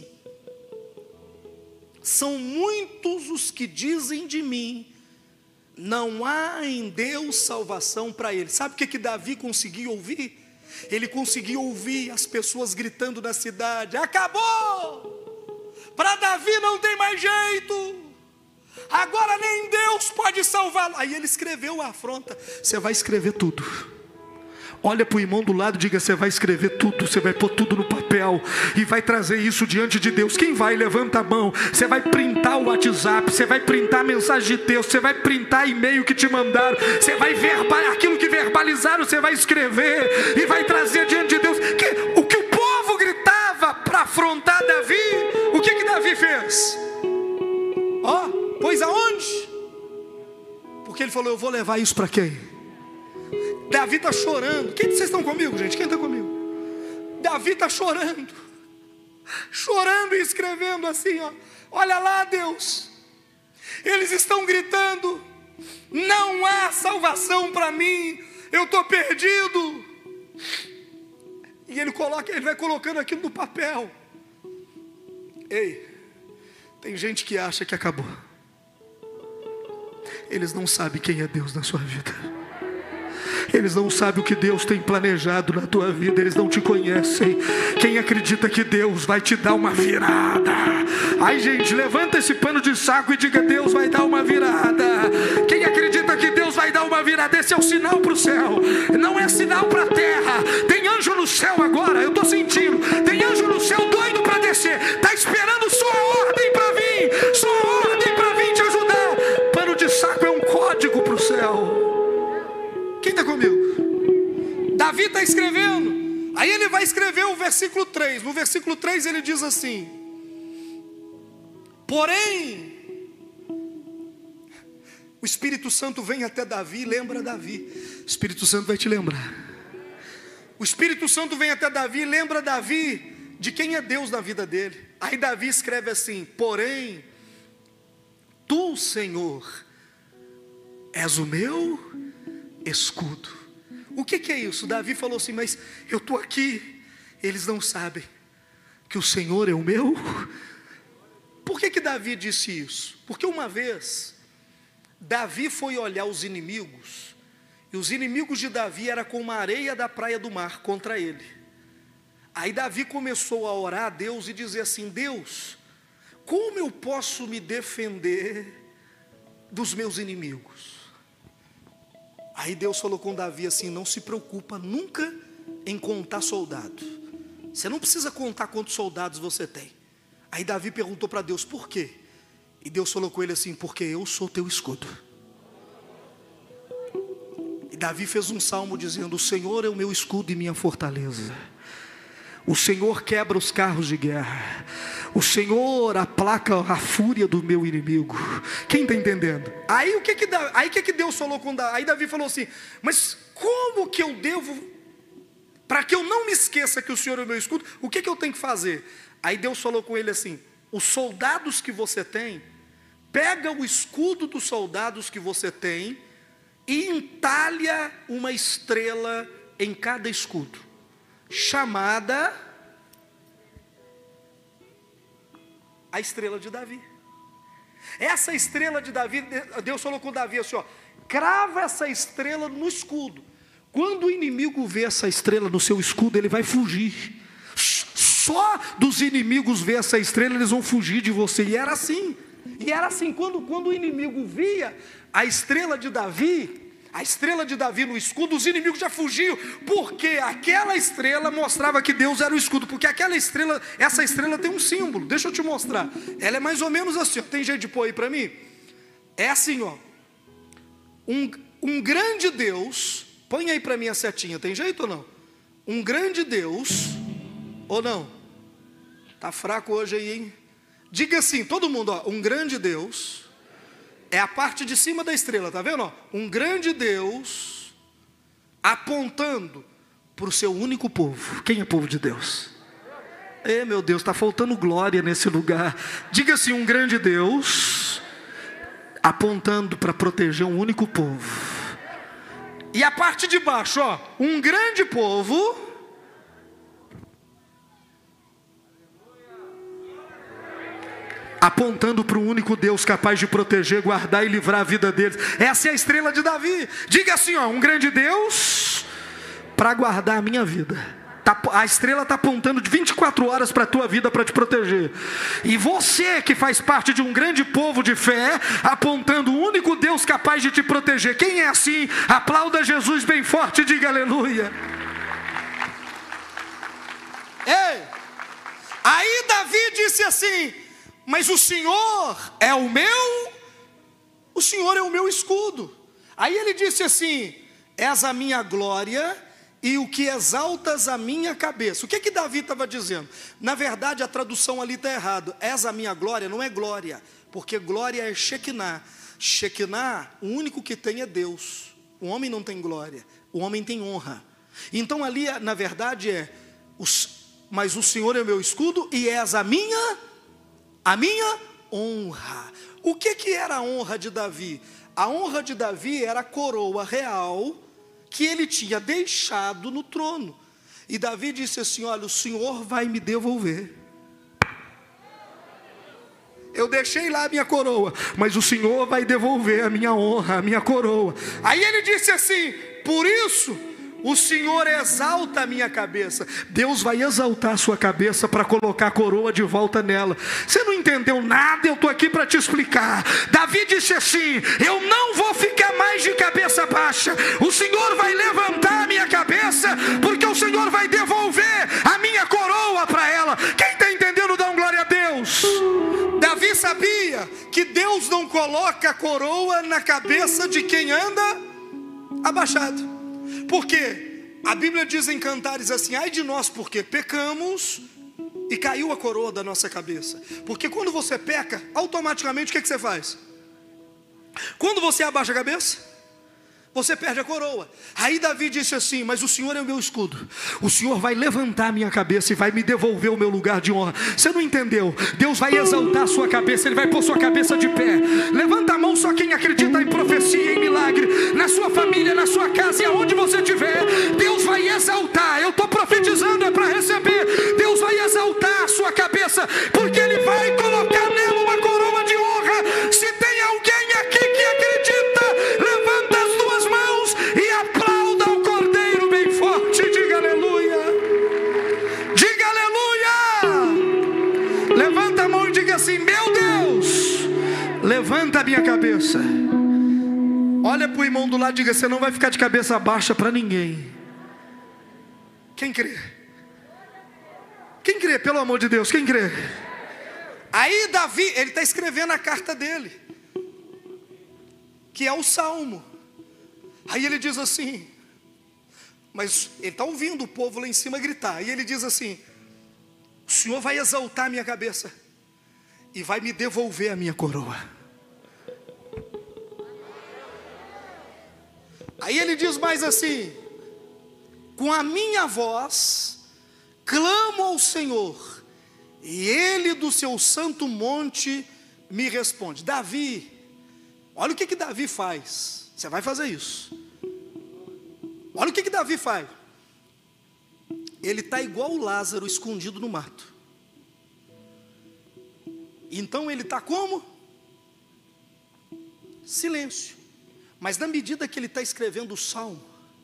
são muitos os que dizem de mim, não há em Deus salvação para ele. Sabe o que, que Davi conseguiu ouvir? Ele conseguiu ouvir as pessoas gritando na cidade: acabou! Para Davi não tem mais jeito, agora nem Deus pode salvá-lo. Aí ele escreveu a afronta. Você vai escrever tudo. Olha para o irmão do lado e diga: você vai escrever tudo, você vai pôr tudo no papel e vai trazer isso diante de Deus. Quem vai? Levanta a mão. Você vai printar o WhatsApp, você vai printar a mensagem de texto, você vai printar e-mail que te mandaram, você vai verbalizar aquilo que verbalizaram, você vai escrever e vai trazer diante de Deus. Que, o que o povo gritava para afrontar Davi, o que que Davi fez? Ó, oh, pois aonde? Porque ele falou: eu vou levar isso para quem? Davi está chorando. Quem vocês estão comigo, gente? Quem está comigo? Davi está chorando, chorando e escrevendo assim, ó: olha lá, Deus, eles estão gritando, não há salvação para mim, eu estou perdido. E ele coloca, ele vai colocando aquilo no papel. Ei, tem gente que acha que acabou. Eles não sabem quem é Deus na sua vida. Eles não sabem o que Deus tem planejado na tua vida. Eles não te conhecem. Quem acredita que Deus vai te dar uma virada? Ai, gente, levanta esse pano de saco e diga: Deus vai dar uma virada. Quem acredita que Deus vai dar uma virada? Esse é o sinal para o céu, não é sinal para a terra. Tem anjo no céu agora, eu estou sentindo. Tem anjo no céu doido para descer. Está esperando sua ordem para vir. Sua ordem para vir te ajudar. Pano de saco é um código para o céu. Quem está comigo? Davi está escrevendo. Aí ele vai escrever o versículo três. No versículo três ele diz assim: porém, o Espírito Santo vem até Davi e lembra Davi. O Espírito Santo vai te lembrar. O Espírito Santo vem até Davi e lembra Davi de quem é Deus na vida dele. Aí Davi escreve assim: porém, tu, Senhor, és o meu escudo. O que, que é isso? Davi falou assim: mas eu estou aqui, eles não sabem que o Senhor é o meu. Por que que Davi disse isso? Porque uma vez Davi foi olhar os inimigos, e os inimigos de Davi eram como a areia da praia do mar contra ele. Aí Davi começou a orar a Deus e dizer assim: Deus, como eu posso me defender dos meus inimigos? Aí Deus falou com Davi assim: não se preocupa nunca em contar soldado. Você não precisa contar quantos soldados você tem. Aí Davi perguntou para Deus: por quê? E Deus falou com ele assim: porque eu sou teu escudo. E Davi fez um salmo dizendo: o Senhor é o meu escudo e minha fortaleza. O Senhor quebra os carros de guerra. O Senhor aplaca a fúria do meu inimigo. Quem está entendendo? Aí o que que, aí, que que Deus falou com Davi? Aí Davi falou assim: mas como que eu devo, para que eu não me esqueça que o Senhor é o meu escudo, o que que eu tenho que fazer? Aí Deus falou com ele assim: os soldados que você tem, pega o escudo dos soldados que você tem e entalha uma estrela em cada escudo, chamada a estrela de Davi. Essa estrela de Davi, Deus falou com Davi assim, ó: crava essa estrela no escudo. Quando o inimigo vê essa estrela no seu escudo, ele vai fugir. Só dos inimigos ver essa estrela, eles vão fugir de você. E era assim. E era assim, quando, quando o inimigo via a estrela de Davi, A estrela de Davi no escudo, os inimigos já fugiam, porque aquela estrela mostrava que Deus era o escudo, porque aquela estrela, essa estrela tem um símbolo, deixa eu te mostrar, ela é mais ou menos assim, ó. Tem jeito de pôr aí para mim? É assim, ó, um, um grande Deus, põe aí para mim a setinha, tem jeito ou não? Um grande Deus, ou não? Tá fraco hoje aí, hein? Diga assim, todo mundo, ó, um grande Deus. É a parte de cima da estrela, tá vendo? Um grande Deus apontando para o seu único povo. Quem é povo de Deus? É, meu Deus, está faltando glória nesse lugar. Diga assim, um grande Deus apontando para proteger um único povo. E a parte de baixo, ó, um grande povo apontando para o único Deus capaz de proteger, guardar e livrar a vida deles. Essa é a estrela de Davi. Diga assim, ó, um grande Deus para guardar a minha vida. Tá, a estrela está apontando de vinte e quatro horas para a tua vida, para te proteger. E você que faz parte de um grande povo de fé, apontando o único Deus capaz de te proteger. Quem é assim? Aplauda Jesus bem forte e diga aleluia. Ei, aí Davi disse assim: mas o Senhor é o meu, o Senhor é o meu escudo. Aí ele disse assim: és a minha glória e o que exaltas a minha cabeça. O que que Davi estava dizendo? Na verdade a tradução ali está errado. És a minha glória, não é glória, porque glória é Shekinah. Shekinah, o único que tem é Deus. O homem não tem glória, o homem tem honra. Então ali na verdade é, os, mas o Senhor é o meu escudo e és a minha A minha honra. O que que era a honra de Davi? A honra de Davi era a coroa real que ele tinha deixado no trono. E Davi disse assim: olha, o Senhor vai me devolver. Eu deixei lá a minha coroa, mas o Senhor vai devolver a minha honra, a minha coroa. Aí ele disse assim: por isso o Senhor exalta a minha cabeça. Deus vai exaltar a sua cabeça para colocar a coroa de volta nela. Você não entendeu nada, eu estou aqui para te explicar. Davi disse assim: eu não vou ficar mais de cabeça baixa. O Senhor vai levantar a minha cabeça, porque o Senhor vai devolver a minha coroa para ela. Quem está entendendo, dá um glória a Deus. Davi sabia que Deus não coloca a coroa na cabeça de quem anda abaixado. Porque a Bíblia diz em Cantares assim: ai de nós, porque pecamos e caiu a coroa da nossa cabeça. Porque quando você peca, automaticamente o que, que você faz? Quando você abaixa a cabeça, você perde a coroa. Aí Davi disse assim: mas o Senhor é o meu escudo. O Senhor vai levantar a minha cabeça e vai me devolver o meu lugar de honra. Você não entendeu? Deus vai exaltar a sua cabeça, Ele vai pôr sua cabeça de pé. Levanta a mão só quem acredita em profecia, em milagre. Na sua família, na sua casa e aonde você estiver, Deus vai exaltar. Eu estou profetizando, é para receber. Deus vai exaltar a sua cabeça, porque Ele vai colocar nela uma coroa de honra. Se tem alguém aqui que acredita, levanta as duas mãos e aplauda o Cordeiro bem forte. Diga aleluia. Diga aleluia. Levanta a mão e diga assim: meu Deus, levanta a minha cabeça. Olha para o irmão do lado e diga: você não vai ficar de cabeça baixa para ninguém. Quem crê? Quem crê, pelo amor de Deus, quem crê? Aí Davi, ele está escrevendo a carta dele, que é o Salmo. Aí ele diz assim, mas ele está ouvindo o povo lá em cima gritar. E ele diz assim: o Senhor vai exaltar a minha cabeça e vai me devolver a minha coroa. Aí ele diz mais assim: com a minha voz clamo ao Senhor, e Ele do seu santo monte me responde. Davi, olha o que que Davi faz. Você vai fazer isso. Olha o que que Davi faz. Ele está igual o Lázaro escondido no mato. Então ele está como? Silêncio. Mas na medida que ele está escrevendo o salmo,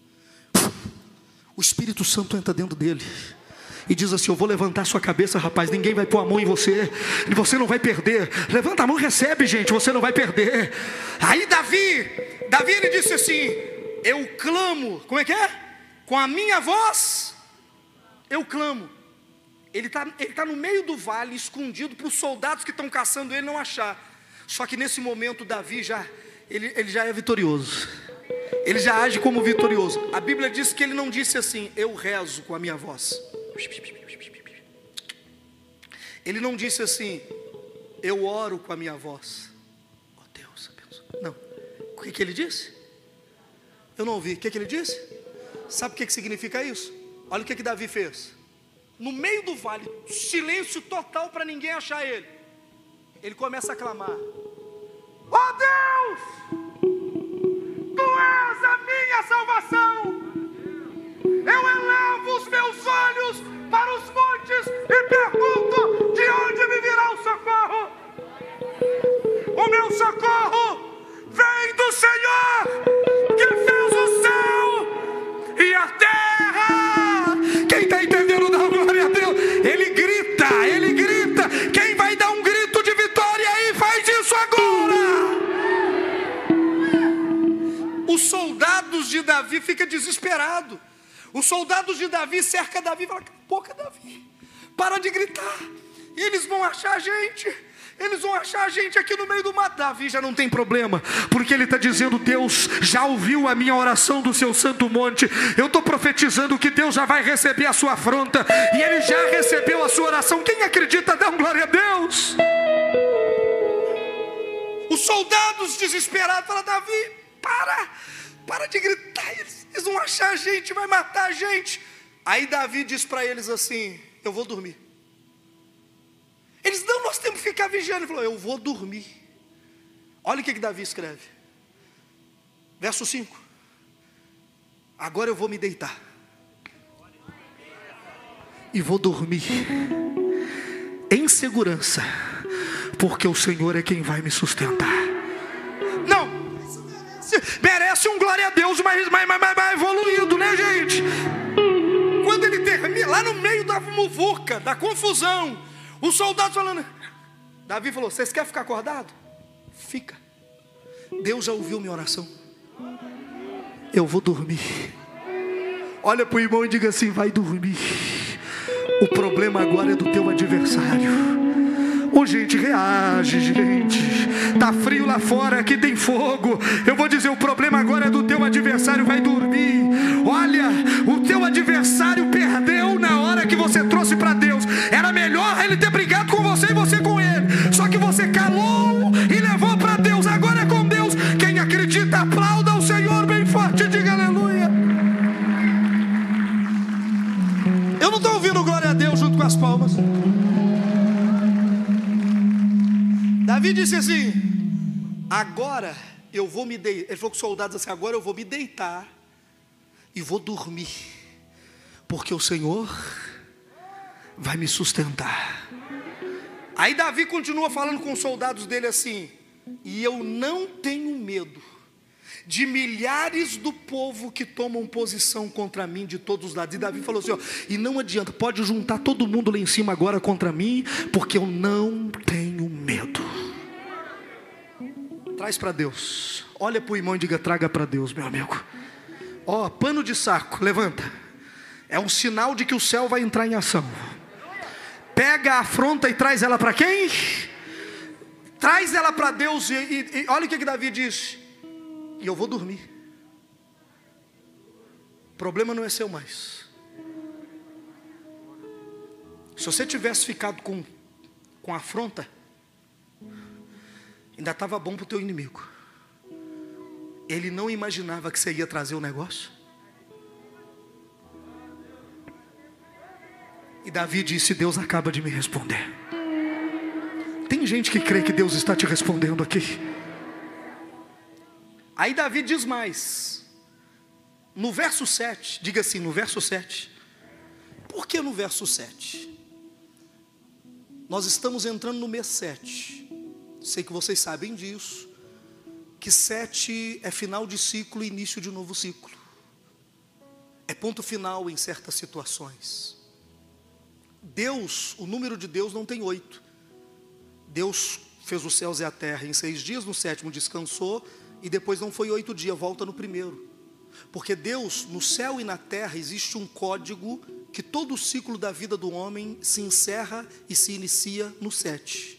o Espírito Santo entra dentro dele e diz assim: eu vou levantar sua cabeça, rapaz, ninguém vai pôr a mão em você, e você não vai perder. Levanta a mão, recebe, gente, você não vai perder. Aí Davi, Davi ele disse assim: Eu clamo, como é que é? Com a minha voz, eu clamo. Ele está ele tá no meio do vale, escondido, para os soldados que estão caçando ele não achar. Só que nesse momento Davi já, ele, ele já é vitorioso. Ele já age como vitorioso. A Bíblia diz que ele não disse assim, eu rezo com a minha voz. Ele não disse assim, eu oro com a minha voz. Oh Deus, abençoe. Não. O que, que ele disse? Eu não ouvi. O que, que ele disse? Sabe o que, que significa isso? Olha o que, que Davi fez. No meio do vale, silêncio total para ninguém achar ele. Ele começa a clamar. Oh Deus! Tu és a minha salvação. Eu elevo os meus olhos para os montes e pergunto, de onde me virá o socorro? O meu socorro vem do Senhor, que fez o céu e a terra. Quem está entendendo, dá glória a Deus. Ele grita, ele grita. Quem vai dar um grito de vitória aí, faz isso agora. Os soldados de Davi ficam desesperados. Os soldados de Davi cercam Davi e falam, boca Davi, para de gritar, e eles vão achar a gente, eles vão achar a gente aqui no meio do mato. Davi já não tem problema, porque ele está dizendo, Deus já ouviu a minha oração do seu santo monte, eu estou profetizando que Deus já vai receber a sua afronta, e ele já recebeu a sua oração. Quem acredita, dá glória a Deus. Os soldados desesperados falam, Davi, para, para de gritar, eles, eles vão achar a gente, vai matar a gente. Aí Davi diz para eles assim, eu vou dormir. Eles, não, nós temos que ficar vigiando. Ele falou, eu vou dormir. Olha o que, que Davi escreve. Verso cinco. Agora eu vou me deitar. E vou dormir. Em segurança. Porque o Senhor é quem vai me sustentar. Não. Merece um glória a Deus mais, mais, mais, mais evoluído, né, gente? Quando ele termina, lá no meio da muvuca, da confusão, os soldados falando, Davi falou, vocês querem ficar acordado? Fica. Deus já ouviu minha oração. Eu vou dormir. Olha para o irmão e diga assim, vai dormir. O problema agora é do teu adversário. Ô gente, reage, gente. Tá frio lá fora, aqui tem fogo. Eu vou dizer, o problema agora é do teu adversário, vai dormir. Olha, o teu adversário perdeu na hora que você trouxe para Deus. Era melhor ele ter brigado com você e você com ele. Só que você calou e levou para Deus. Agora é com Deus. Quem acredita, aplauda o Senhor bem forte, diga aleluia. Eu não estou ouvindo glória a Deus junto com as palmas. Davi disse assim, agora eu vou me deitar. Ele falou com os soldados assim, agora eu vou me deitar e vou dormir, porque o Senhor vai me sustentar. Aí Davi continua falando com os soldados dele assim, e eu não tenho medo de milhares do povo que tomam posição contra mim de todos os lados. E Davi falou assim, ó, e não adianta, pode juntar todo mundo lá em cima agora contra mim, porque eu não tenho medo. Traz para Deus. Olha para o irmão e diga, traga para Deus, meu amigo. Ó, pano de saco, levanta. É um sinal de que o céu vai entrar em ação. Pega a afronta e traz ela para quem? Traz ela para Deus e, e, e olha o que, que Davi diz. E eu vou dormir. O problema não é seu mais. Se você tivesse ficado com, com a afronta, ainda estava bom para o teu inimigo. Ele não imaginava que você ia trazer o negócio. E Davi disse, Deus acaba de me responder. Tem gente que crê que Deus está te respondendo aqui. Aí Davi diz mais. No verso sete, diga assim, no verso sete. Por que no verso sete? Nós estamos entrando no mês sete. Sei que vocês sabem disso. Que sete é final de ciclo e início de novo ciclo. É ponto final em certas situações. Deus, o número de Deus não tem oito. Deus fez os céus e a terra em seis dias, no sétimo descansou, e depois não foi oito dias, volta no primeiro. Porque Deus, no céu e na terra, existe um código que todo o ciclo da vida do homem se encerra e se inicia no sete.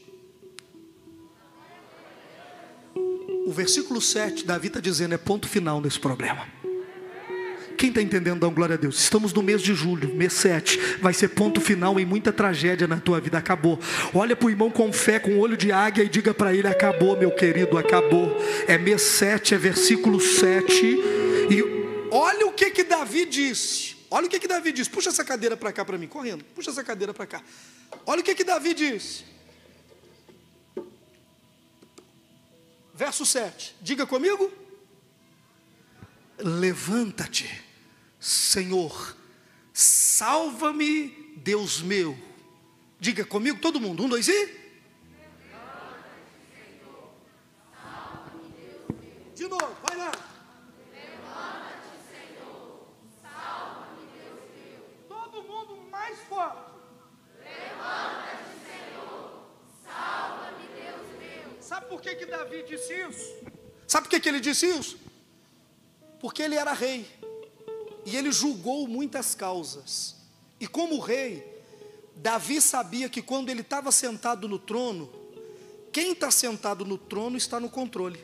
O versículo sete, Davi está dizendo, é ponto final nesse problema. Quem está entendendo, dá uma glória a Deus. Estamos no mês de julho, mês sete. Vai ser ponto final em muita tragédia na tua vida. Acabou. Olha para o irmão com fé, com olho de águia, e diga para ele: acabou, meu querido, acabou. É mês sete, é versículo sete. E olha o que que Davi disse. Olha o que que Davi disse. Puxa essa cadeira para cá para mim, correndo. Puxa essa cadeira para cá. Olha o que que Davi disse. Verso sete. Diga comigo. Levanta-te, Senhor, salva-me, Deus meu. Diga comigo, todo mundo, um, dois e. Levanta-te, Senhor, salva-me, Deus meu. De novo, vai lá. Levanta-te, Senhor, salva-me, Deus meu. Todo mundo mais forte. Levanta-te, Senhor, salva-me, Deus meu. Sabe por que que Davi disse isso? Sabe por que que ele disse isso? Porque ele era rei, e ele julgou muitas causas, e como rei, Davi sabia que quando ele estava sentado no trono, quem está sentado no trono está no controle.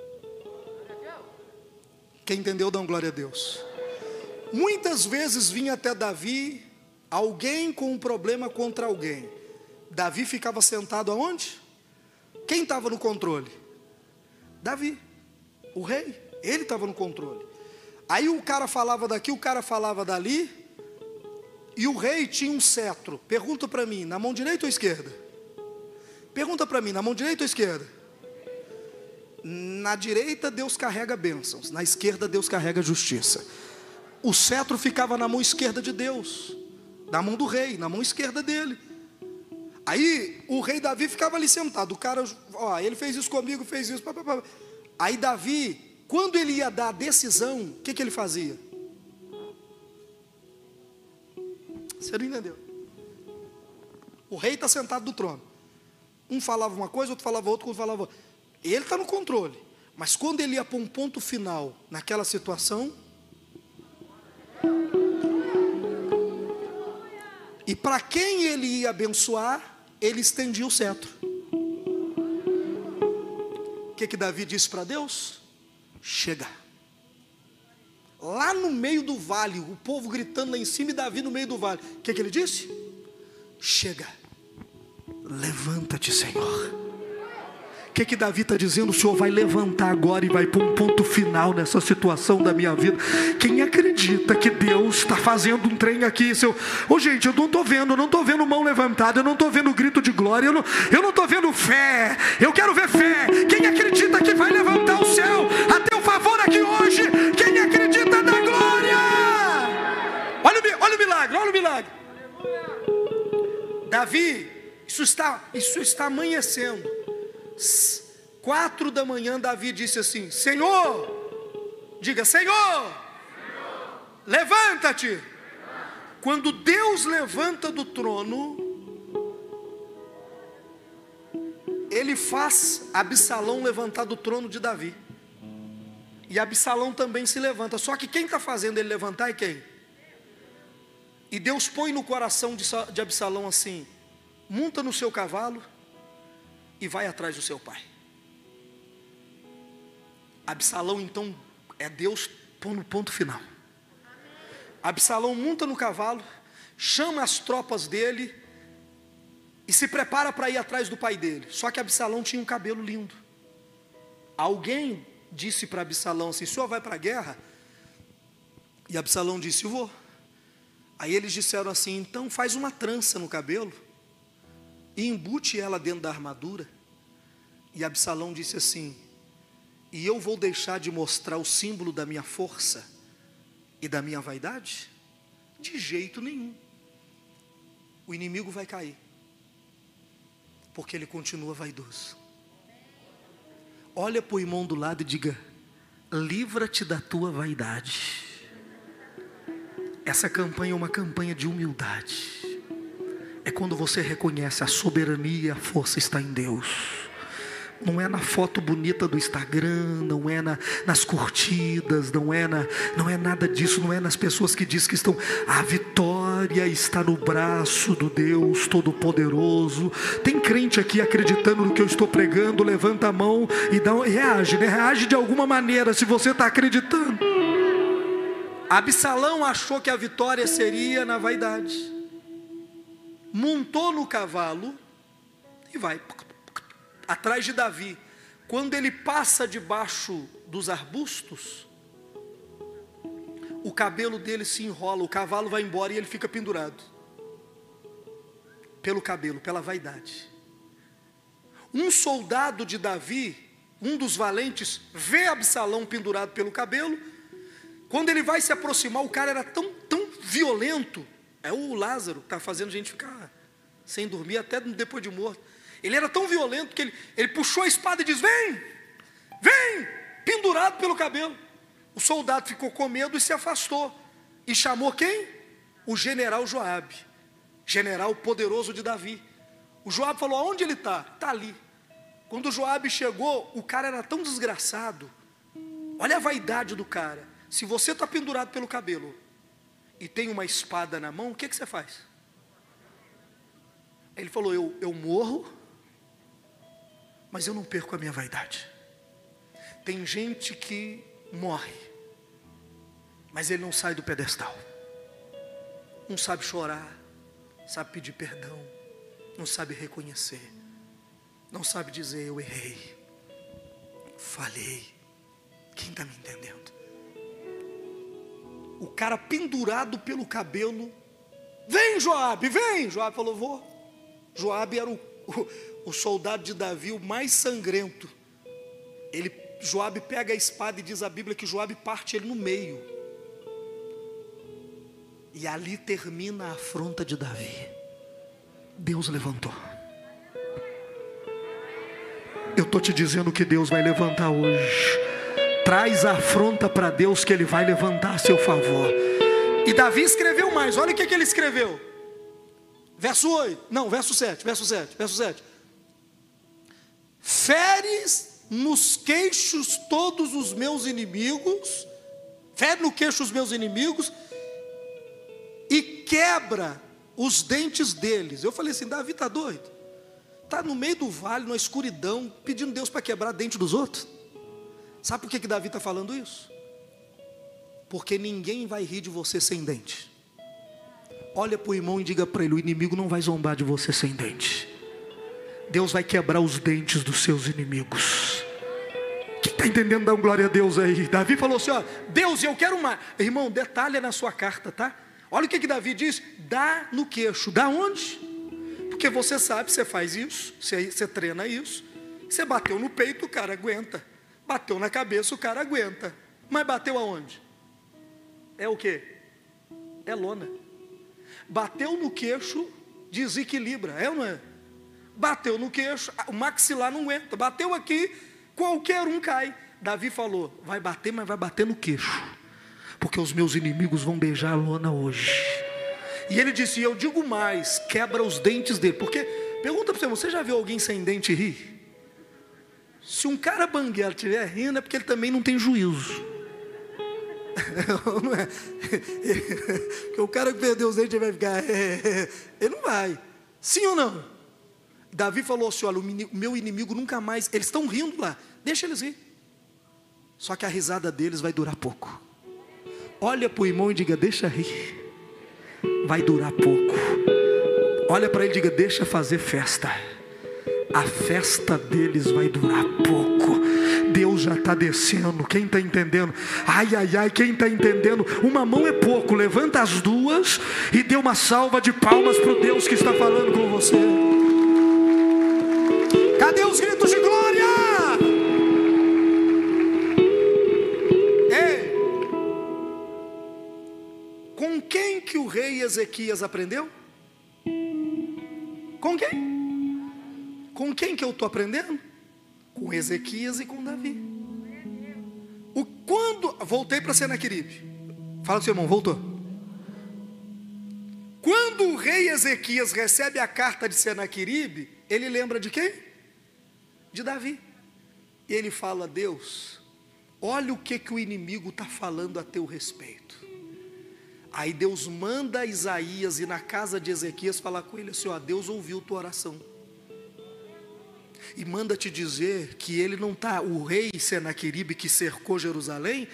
Quem entendeu, dá uma glória a Deus. Muitas vezes vinha até Davi, alguém com um problema contra alguém, Davi ficava sentado aonde? Quem estava no controle? Davi, o rei, ele estava no controle. Aí o cara falava daqui, o cara falava dali, e o rei tinha um cetro. Pergunta para mim, na mão direita ou esquerda? Pergunta para mim, na mão direita ou esquerda? Na direita Deus carrega bênçãos, na esquerda Deus carrega justiça. O cetro ficava na mão esquerda de Deus, na mão do rei, na mão esquerda dele. Aí o rei Davi ficava ali sentado, o cara, ó, ele fez isso comigo, fez isso, pá, pá, pá. Aí Davi, quando ele ia dar a decisão, o que que ele fazia? Você não entendeu? O rei está sentado no trono. Um falava uma coisa, outro falava outra, outro falava outra. Ele está no controle. Mas quando ele ia para um ponto final naquela situação, e para quem ele ia abençoar, ele estendia o cetro. O que que Davi disse para Deus? Chega. Lá no meio do vale, o povo gritando lá em cima e Davi no meio do vale. O que que ele disse? Chega. Levanta-te, Senhor. O que que Davi está dizendo? O Senhor vai levantar agora e vai pôr um ponto final nessa situação da minha vida. Quem acredita que Deus está fazendo um trem aqui? Seu... Ô, gente, eu não estou vendo, eu não estou vendo mão levantada, eu não estou vendo grito de glória, eu não eu não estou vendo fé, eu quero ver fé. Quem acredita que vai levantar o céu a teu favor aqui hoje? Quem acredita na glória? Olha o, olha o milagre, olha o milagre. Davi, isso está, isso está amanhecendo. Quatro da manhã, Davi disse assim: Senhor, diga Senhor, Senhor. Levanta-te. Levanta. Quando Deus levanta do trono, Ele faz Absalão levantar do trono de Davi, e Absalão também se levanta. Só que quem está fazendo ele levantar é quem? E Deus põe no coração de Absalão assim: monta no seu cavalo e vai atrás do seu pai. Absalão então é Deus pondo ponto final. Absalão monta no cavalo, chama as tropas dele e se prepara para ir atrás do pai dele. Só que Absalão tinha um cabelo lindo. Alguém disse para Absalão assim: o senhor vai para a guerra? E Absalão disse: eu vou. Aí eles disseram assim: então faz uma trança no cabelo e embute ela dentro da armadura. E Absalão disse assim: e eu vou deixar de mostrar o símbolo da minha força e da minha vaidade? De jeito nenhum. O inimigo vai cair, porque ele continua vaidoso. Olha para o irmão do lado e diga: livra-te da tua vaidade. Essa campanha é uma campanha de humildade. É quando você reconhece a soberania e a força está em Deus. Não é na foto bonita do Instagram, não é na, nas curtidas, não é, na, não é nada disso, não é nas pessoas que dizem que estão. A vitória está no braço do Deus Todo-Poderoso. Tem crente aqui acreditando no que eu estou pregando? Levanta a mão e dá, reage, né? Reage de alguma maneira se você está acreditando. Absalão achou que a vitória seria na vaidade. Montou no cavalo e vai atrás de Davi. Quando ele passa debaixo dos arbustos, o cabelo dele se enrola, o cavalo vai embora e ele fica pendurado pelo cabelo, pela vaidade. Um soldado de Davi, um dos valentes, vê Absalão pendurado pelo cabelo. Quando ele vai se aproximar, o cara era tão, tão violento. É o Lázaro que está fazendo a gente ficar sem dormir até depois de morto. Ele era tão violento que ele, ele puxou a espada e diz: vem, vem, pendurado pelo cabelo. O soldado ficou com medo e se afastou. E chamou quem? O general Joabe, general poderoso de Davi. O Joabe falou: aonde ele está? Está ali. Quando o Joabe chegou, o cara era tão desgraçado. Olha a vaidade do cara. Se você está pendurado pelo cabelo e tem uma espada na mão, o que, que você faz? Ele falou: eu, eu morro, mas eu não perco a minha vaidade. Tem gente que morre, mas ele não sai do pedestal. Não sabe chorar, sabe pedir perdão, não sabe reconhecer, não sabe dizer: eu errei, falhei. Quem está me entendendo? O cara pendurado pelo cabelo: vem, Joabe, vem. Joabe falou: vou. Joabe era o, o, o soldado de Davi, o mais sangrento. Ele, Joabe pega a espada e diz a Bíblia que Joabe parte ele no meio. E ali termina a afronta de Davi. Deus levantou. Eu estou te dizendo que Deus vai levantar hoje. Traz a afronta para Deus que Ele vai levantar a seu favor. E Davi escreveu mais, olha o que, que ele escreveu. Verso oito, não, verso sete, verso sete, verso sete. Feres nos queixos todos os meus inimigos, fere no queixo os meus inimigos, e quebra os dentes deles. Eu falei assim: Davi está doido? Está no meio do vale, na escuridão, pedindo Deus para quebrar dente dos outros? Sabe por que, que Davi está falando isso? Porque ninguém vai rir de você sem dente. Olha para o irmão e diga para ele: o inimigo não vai zombar de você sem dente. Deus vai quebrar os dentes dos seus inimigos. Quem está entendendo? Dá um glória a Deus aí. Davi falou assim: ó, Deus, eu quero mais. Irmão, detalha na sua carta, tá? Olha o que, que Davi diz: dá no queixo. Dá onde? Porque você sabe, você faz isso, você, você treina isso. Você bateu no peito, o cara aguenta. Bateu na cabeça, o cara aguenta. Mas bateu aonde? É o quê? É lona. Bateu no queixo, desequilibra, é ou não é? Bateu no queixo, o maxilar não aguenta. Bateu aqui, qualquer um cai. Davi falou: vai bater, mas vai bater no queixo, porque os meus inimigos vão beijar a lona hoje. E ele disse: eu digo mais, quebra os dentes dele. Porque, pergunta para você, você já viu alguém sem dente rir? Se um cara banguela estiver rindo, é porque ele também não tem juízo. Não é? Porque o cara que perdeu os dentes vai ficar, ele não vai. Sim ou não? Davi falou assim: olha, o meu inimigo nunca mais. Eles estão rindo lá, deixa eles rir. Só que a risada deles vai durar pouco. Olha para o irmão e diga: deixa rir, vai durar pouco. Olha para ele e diga: deixa fazer festa. A festa deles vai durar pouco. Deus já está descendo. Quem está entendendo? Ai, ai, ai, quem está entendendo? Uma mão é pouco, levanta as duas e dê uma salva de palmas para o Deus que está falando com você. Cadê os gritos de glória? Ei, com quem que o rei Ezequias aprendeu? Com quem? Com quem que eu estou aprendendo? Com Ezequias e com Davi. O quando voltei para Senaqueribe. Fala com seu irmão, voltou. Quando o rei Ezequias recebe a carta de Senaqueribe, ele lembra de quem? De Davi. E ele fala: Deus, olha o que, que o inimigo está falando a teu respeito. Aí Deus manda Isaías ir na casa de Ezequias falar com ele assim: ó, Deus ouviu tua oração. E manda te dizer que ele não está, o rei Senaqueribe que cercou Jerusalém,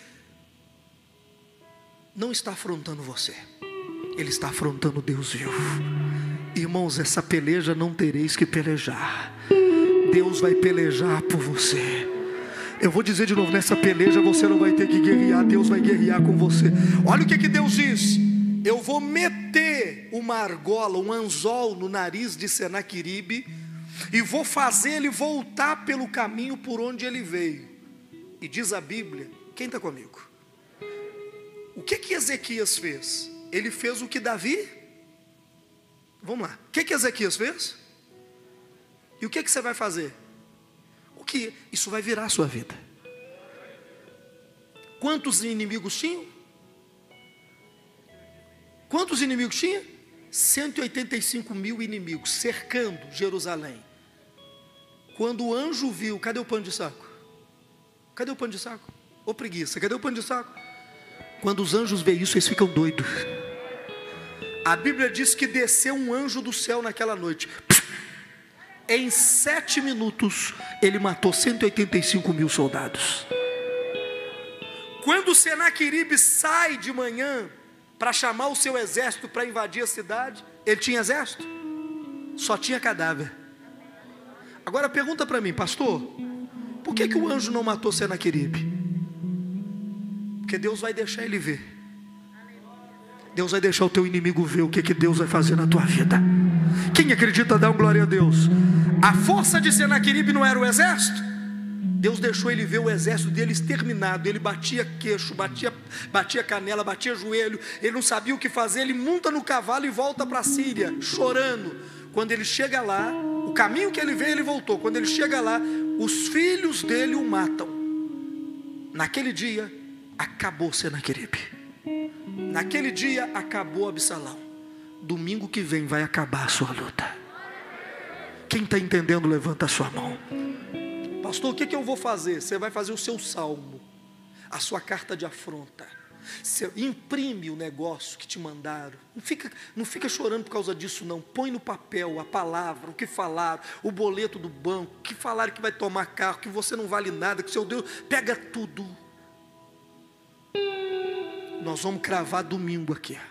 não está afrontando você. Ele está afrontando Deus vivo. Irmãos, essa peleja não tereis que pelejar. Deus vai pelejar por você. Eu vou dizer de novo, nessa peleja você não vai ter que guerrear, Deus vai guerrear com você. Olha o que, que Deus diz: eu vou meter uma argola, um anzol no nariz de Senaqueribe, e vou fazer ele voltar pelo caminho por onde ele veio. E diz a Bíblia, quem está comigo? O que que Ezequias fez? Ele fez o que Davi? Vamos lá, o que que Ezequias fez? E o que que você vai fazer? O que? Isso vai virar a sua vida. Quantos inimigos tinham? Quantos inimigos tinha? cento e oitenta e cinco mil inimigos cercando Jerusalém. Quando o anjo viu, cadê o pano de saco? Cadê o pano de saco? Ô preguiça, cadê o pano de saco? Quando os anjos veem isso, eles ficam doidos. A Bíblia diz que desceu um anjo do céu naquela noite. Em sete minutos, ele matou cento e oitenta e cinco mil soldados. Quando Senaqueribe sai de manhã para chamar o seu exército para invadir a cidade, ele tinha exército? Só tinha cadáver. Agora pergunta para mim, pastor, por que que o anjo não matou Senaqueribe? Porque Deus vai deixar ele ver. Deus vai deixar o teu inimigo ver o que que Deus vai fazer na tua vida. Quem acredita, dá um glória a Deus. A força de Senaqueribe não era o exército? Deus deixou ele ver o exército dele exterminado. Ele batia queixo, batia, batia canela, batia joelho. Ele não sabia o que fazer. Ele monta no cavalo e volta para a Síria, chorando. Quando ele chega lá, o caminho que ele veio, ele voltou. Quando ele chega lá, os filhos dele o matam. Naquele dia, acabou Senaqueribe. Naquele dia, acabou Absalão. Domingo que vem vai acabar a sua luta. Quem está entendendo, levanta a sua mão. Pastor, o que, que eu vou fazer? Você vai fazer o seu salmo, a sua carta de afronta. Você imprime o negócio que te mandaram. Não fica, não fica chorando por causa disso não. Põe no papel a palavra, o que falaram, o boleto do banco, que falaram que vai tomar carro, que você não vale nada, que seu Deus, pega tudo. Nós vamos cravar domingo aqui.